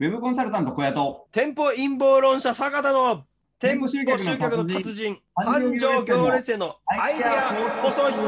ウェブコンサルタント小屋と店舗陰謀論者坂田の店舗集集客客のの達人達人繁盛行列へのアイデア放送室。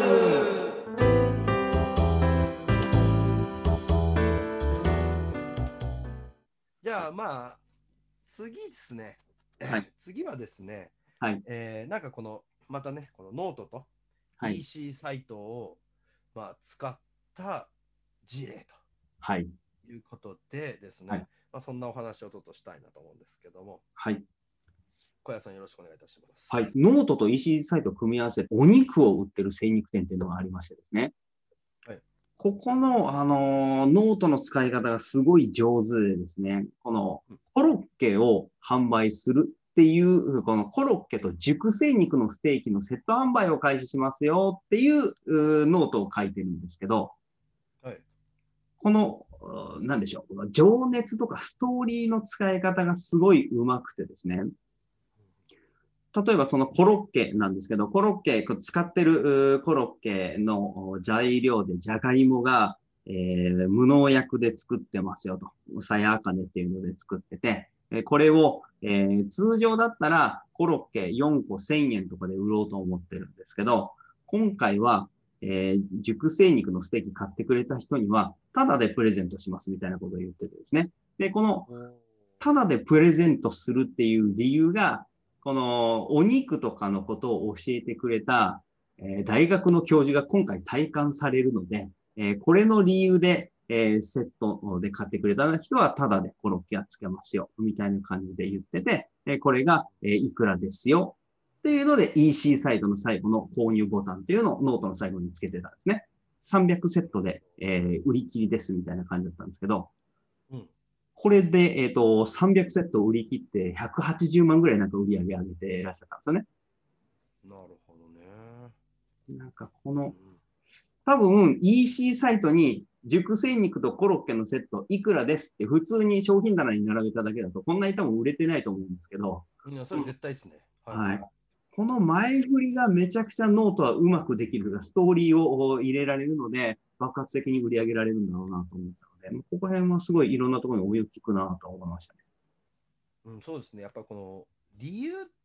じゃあまあ次ですね、 はい、 次はですね、 はい、 なんかこのまたねこのノートとはい、 EC サイトを、まあ、使った事例はい、 ということでですね、 はい、 まあ、そんなお話をちょっとしたいなと思うんですけども、 はい、 小屋さんよろしくお願いいたします。 はい。ノートと EC サイトを組み合わせてお肉を売ってる精肉店っていうのがありましてですね。 はい。 ここの、ノートの使い方がすごい上手でですね、このコロッケを販売するっていう、このコロッケと熟成肉のステーキのセット販売を開始しますよっていうノートを書いてるんですけど、 はい。 この、なんでしょう、この情熱とかストーリーの使い方がすごい上手くてですね、例えばそのコロッケなんですけど、コロッケ、使ってるコロッケの材料でじゃがいもが、無農薬で作ってますよと。さやあかねっていうので作ってて、これを、通常だったらコロッケ4個1000円とかで売ろうと思ってるんですけど、今回は、熟成肉のステーキ買ってくれた人には、タダでプレゼントしますみたいなことを言っててですね。で、この、タダでプレゼントするっていう理由が、このお肉とかのことを教えてくれた、大学の教授が今回体感されるので、これの理由で、セットで買ってくれた人はタダでコロッケはつけますよ、みたいな感じで言ってて、これが、いくらですよ、っていうので EC サイトの最後の購入ボタンっていうのをノートの最後につけてたんですね。300セットで、売り切りですみたいな感じだったんですけど、 うん。 これで、300セット売り切って180万ぐらいなんか売り上げ上げていらっしゃったんですよね。 なるほどね。 なんかこの、多分 EC サイトに熟成肉とコロッケのセットいくらですって普通に商品棚に並べただけだとこんなに多分売れてないと思うんですけど、 いや、それ絶対ですね。はい。 はい。この前振りがめちゃくちゃノートはうまくできるが、ストーリーを入れられるので、爆発的に売り上げられるんだろうなと思ったので、ここら辺はすごいいろんなところに応用効くなと思いましたね。 うん、そうですね。やっぱこの理由って、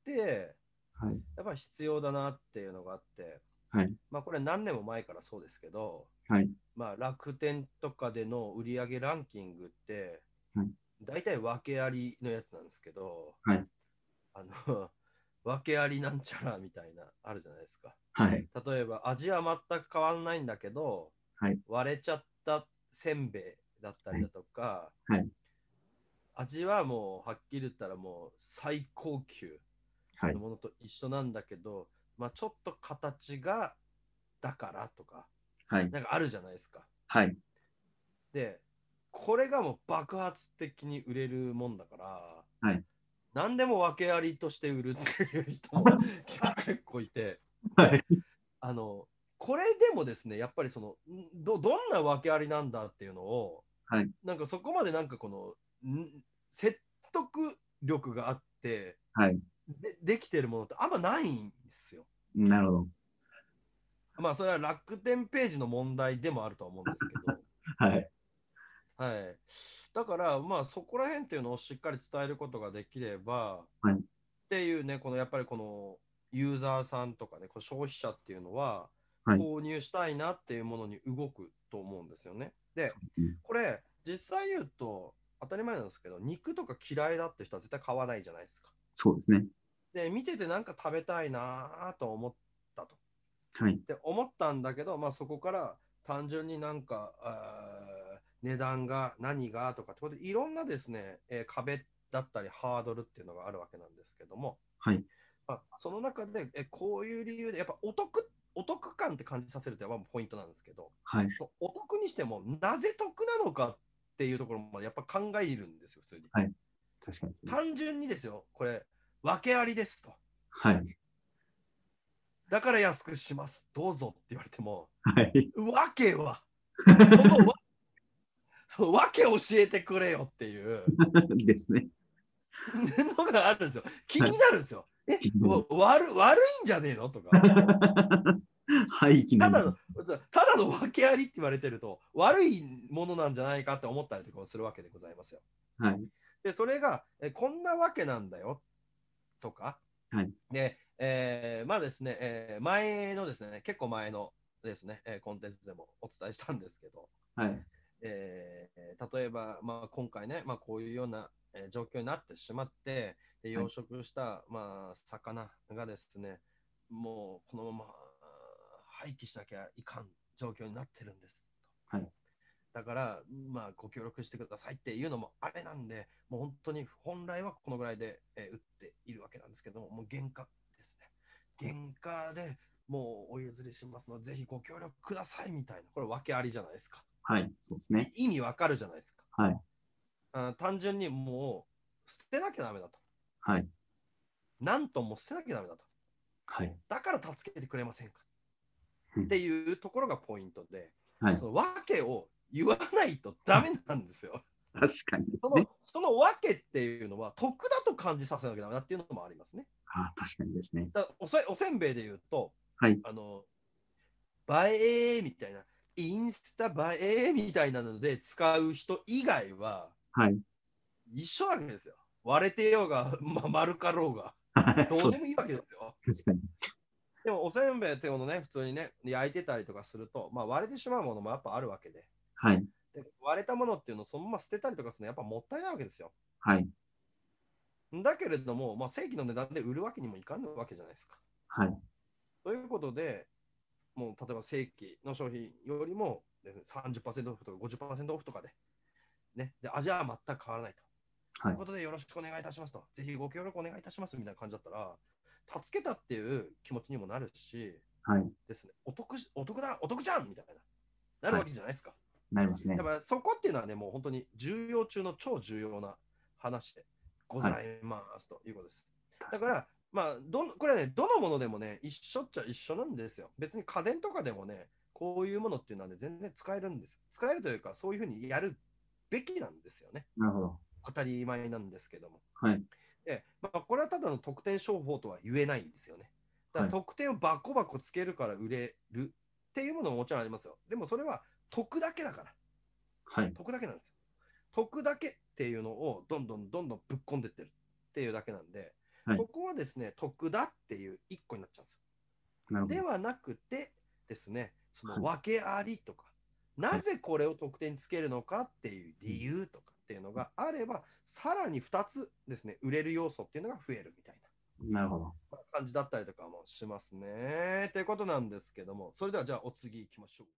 はい。 やっぱ必要だなっていうのがあって、 はい。 まあこれ何年も前からそうですけど、 はい。 まあ楽天とかでの売上ランキングって、 はい。 大体訳ありのやつなんですけど、 はい。 訳ありなんちゃらみたいな、あるじゃないですか。 はい。 例えば味は全く変わらないんだけど、 はい。 割れちゃったせんべいだったりだとか、 はい。 味はもうはっきり言ったらもう最高級はい。 のものと一緒なんだけど、まあ、ちょっと形がだからとかはい。 なんかあるじゃないですか。 はい。 でこれがもう爆発的に売れるもんだからはい。 何でも訳ありとして売るっていう人も結構いて、ではい。 あのこれでもですねやっぱりそのどんな訳ありなんだっていうのをはい。 なんかそこまでなんかこの説得力があってはい。 できてるものってあんまないんですよ。 なるほど。 まあそれは楽天ページの問題でもあるとは思うんですけど、 はい。 はい。だからまあそこら辺っていうのをしっかり伝えることができればっはい。 ていうね、このやっぱりこのユーザーさんとかね、この消費者っていうのははい。 購入したいなっていうものに動くと思うんですよね。で、 うん、 これ実際言うと当たり前なんですけど、肉とか嫌いだって人は絶対買わないじゃないですか。 そうですね。 で、見ててなんか食べたいなと思ったと。 はい。 って思ったんだけど、まあ、そこから単純になんか値段が何がとかってことでいろんなですね、壁だったりハードルっていうのがあるわけなんですけども、 はい。 まあ、その中でこういう理由でやっぱお得感って感じさせるというのはポイントなんですけど、 はい。 そのお得にしてもなぜ得なのかっていうところまでやっぱ考えるんですよ普通に。 はい。確かにですね。 単純にですよこれ訳ありですと。 はい。 だから安くしますどうぞって言われてもはい。 わけはそのわけ教えてくれよっていうですね。 のがあるんですよ。気にはい。 なるんですよ。悪いんじゃねえのとか。 廃棄なんだ。 ただの訳ありって言われてると悪いものなんじゃないかって思ったりとかもするわけでございますよ。 はい。 で、それが、こんなわけなんだよとか、 はい。 で、まあですね、前のですね、結構前のですね、コンテンツでもお伝えしたんですけど、 はい。 例えば、まあ、今回ね、まあ、こういうような、状況になってしまって、で養はい。 殖した、まあ、魚がですね、もうこのまま廃棄しなきゃいかん状況になってるんです。 はい。 だから、まあ、ご協力してくださいっていうのもあれなんで、もう本当に本来はこのぐらいで、売っているわけなんですけども、もう原価ですね。原価でもうお譲りしますので、ぜひご協力くださいみたいな、これ訳ありじゃないですか。 はい。そうですね。 意味わかるじゃないですか。 はい。 単純にもう捨てなきゃダメだと。 はい。 何トンも捨てなきゃダメだと。 はい。 だから助けてくれませんかうん。 っていうところがポイントで、 はい。 その訳を言わないとダメなんですよ。 確かにですね。 その訳っていうのは得だと感じさせなきゃダメだっていうのもありますね。 あ、確かにですね。 だおせんべいで言うと、 はい。 あの、映えみたいな、インスタ映えみたいなので使う人以外ははい。 一緒なわけですよ。割れてようが、まあ、丸かろうが、どうそう。 でもいいわけですよ。 確かに。 でもおせんべいっていうのね、普通にね、焼いてたりとかすると、まあ、割れてしまうものもやっぱあるわけで、 はい。 で割れたものっていうのをそのまま捨てたりとかするのはやっぱもったいないわけですよ。 はい。 だけれども、まあ、正規の値段で売るわけにもいかんわけじゃないですか。 はい。 ということで、もう例えば正規の商品よりもです、ね、30%オフとか50%オフとかで、ね、で味は全く変わらないと。とはい。 いうことでよろしくお願いいたしますと。ぜひご協力お願いいたしますみたいな感じだったら、助けたっていう気持ちにもなるし、 はい。 ですね、お得じゃんみたいな、なるはい。 わけじゃないですか。 なりますね。 やっぱそこっていうのはね、もう本当に重要中の超重要な話でごはい。 ざいますということです。だ確かに。 から、まあ、これはね、どのものでもね、一緒っちゃ一緒なんですよ。別に家電とかでもね、こういうものっていうのはね、全然使えるんです。使えるというか、そういうふうにやるべきなんですよね。 なるほど。 当たり前なんですけども。 はい。 で、まあ、これはただの得点商法とは言えないんですよね。だかはい。 ら得点をバコバコつけるから売れるっていうものももちろんありますよ。でもそれは得だけだから。 はい。 得だけなんですよ。得だけっていうのをどんどんどんどんぶっ込んでってるっていうだけなんで、 はい。 ここはですね、得だっていう一個になっちゃうんですよ。 なるほど。 ではなくてですね、そのはい。 訳ありとか、 はい。 なぜこれを得点につけるのかっていううん。 理由とかっていうのがあれば、さらに2つですね、売れる要素っていうのが増えるみたいなるほど。 な感じだったりとかもしますね。ということなんですけども、それではじゃあお次行きましょう。